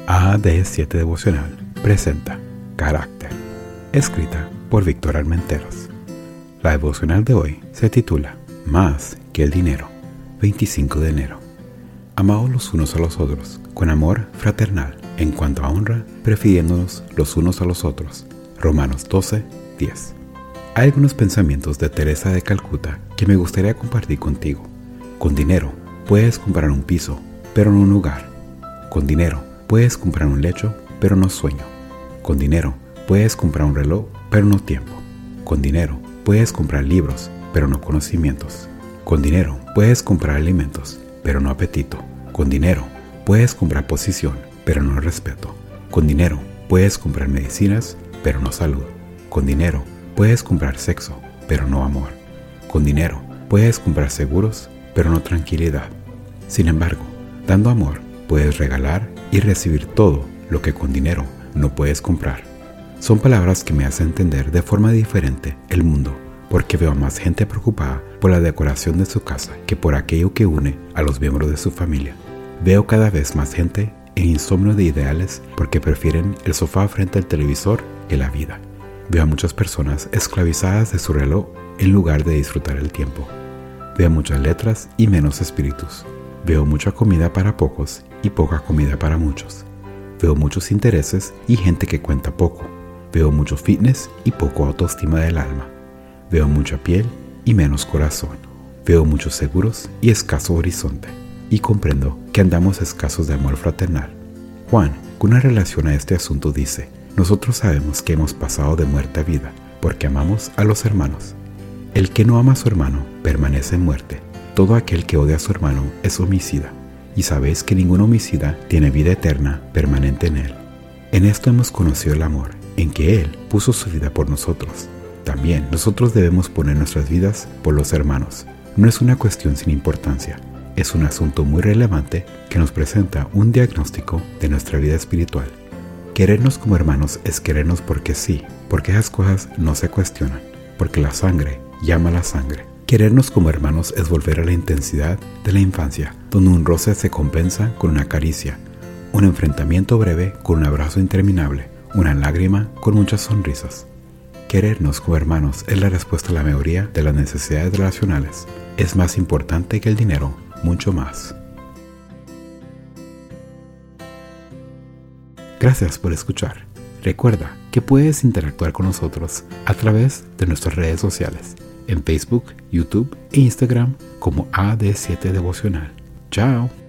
AD7 Devocional presenta Carácter, escrita por Víctor Armenteros. La devocional de hoy se titula Más que el dinero, 25 de enero. Amaos los unos a los otros con amor fraternal, en cuanto a honra, prefiriéndonos los unos a los otros. Romanos 12:10. Hay algunos pensamientos de Teresa de Calcuta que me gustaría compartir contigo. Con dinero puedes comprar un piso, pero no un lugar. Con dinero puedes comprar un lecho, pero no sueño. Con dinero puedes comprar un reloj, pero no tiempo. Con dinero puedes comprar libros, pero no conocimientos. Con dinero puedes comprar alimentos, pero no apetito. Con dinero puedes comprar posición, pero no respeto. Con dinero puedes comprar medicinas, pero no salud. Con dinero puedes comprar sexo, pero no amor. Con dinero puedes comprar seguros, pero no tranquilidad. Sin embargo, dando amor, puedes regalar y recibir todo lo que con dinero no puedes comprar. Son palabras que me hacen entender de forma diferente el mundo, porque veo a más gente preocupada por la decoración de su casa que por aquello que une a los miembros de su familia. Veo cada vez más gente en insomnio de ideales porque prefieren el sofá frente al televisor que la vida. Veo a muchas personas esclavizadas de su reloj en lugar de disfrutar el tiempo. Veo muchas letras y menos espíritus. Veo mucha comida para pocos y poca comida para muchos. Veo muchos intereses y gente que cuenta poco. Veo mucho fitness y poco autoestima del alma. Veo mucha piel y menos corazón. Veo muchos seguros y escaso horizonte. Y comprendo que andamos escasos de amor fraternal. Juan, con una relación a este asunto, dice: nosotros sabemos que hemos pasado de muerte a vida, porque amamos a los hermanos. El que no ama a su hermano permanece en muerte. Todo aquel que odia a su hermano es homicida, y sabéis que ningún homicida tiene vida eterna permanente en él. En esto hemos conocido el amor, en que Él puso su vida por nosotros. También nosotros debemos poner nuestras vidas por los hermanos. No es una cuestión sin importancia, es un asunto muy relevante que nos presenta un diagnóstico de nuestra vida espiritual. Querernos como hermanos es querernos porque sí, porque esas cosas no se cuestionan, porque la sangre llama a la sangre. Querernos como hermanos es volver a la intensidad de la infancia, donde un roce se compensa con una caricia, un enfrentamiento breve con un abrazo interminable, una lágrima con muchas sonrisas. Querernos como hermanos es la respuesta a la mayoría de las necesidades relacionales. Es más importante que el dinero, mucho más. Gracias por escuchar. Recuerda que puedes interactuar con nosotros a través de nuestras redes sociales, en Facebook, YouTube e Instagram como AD7 Devocional. ¡Chao!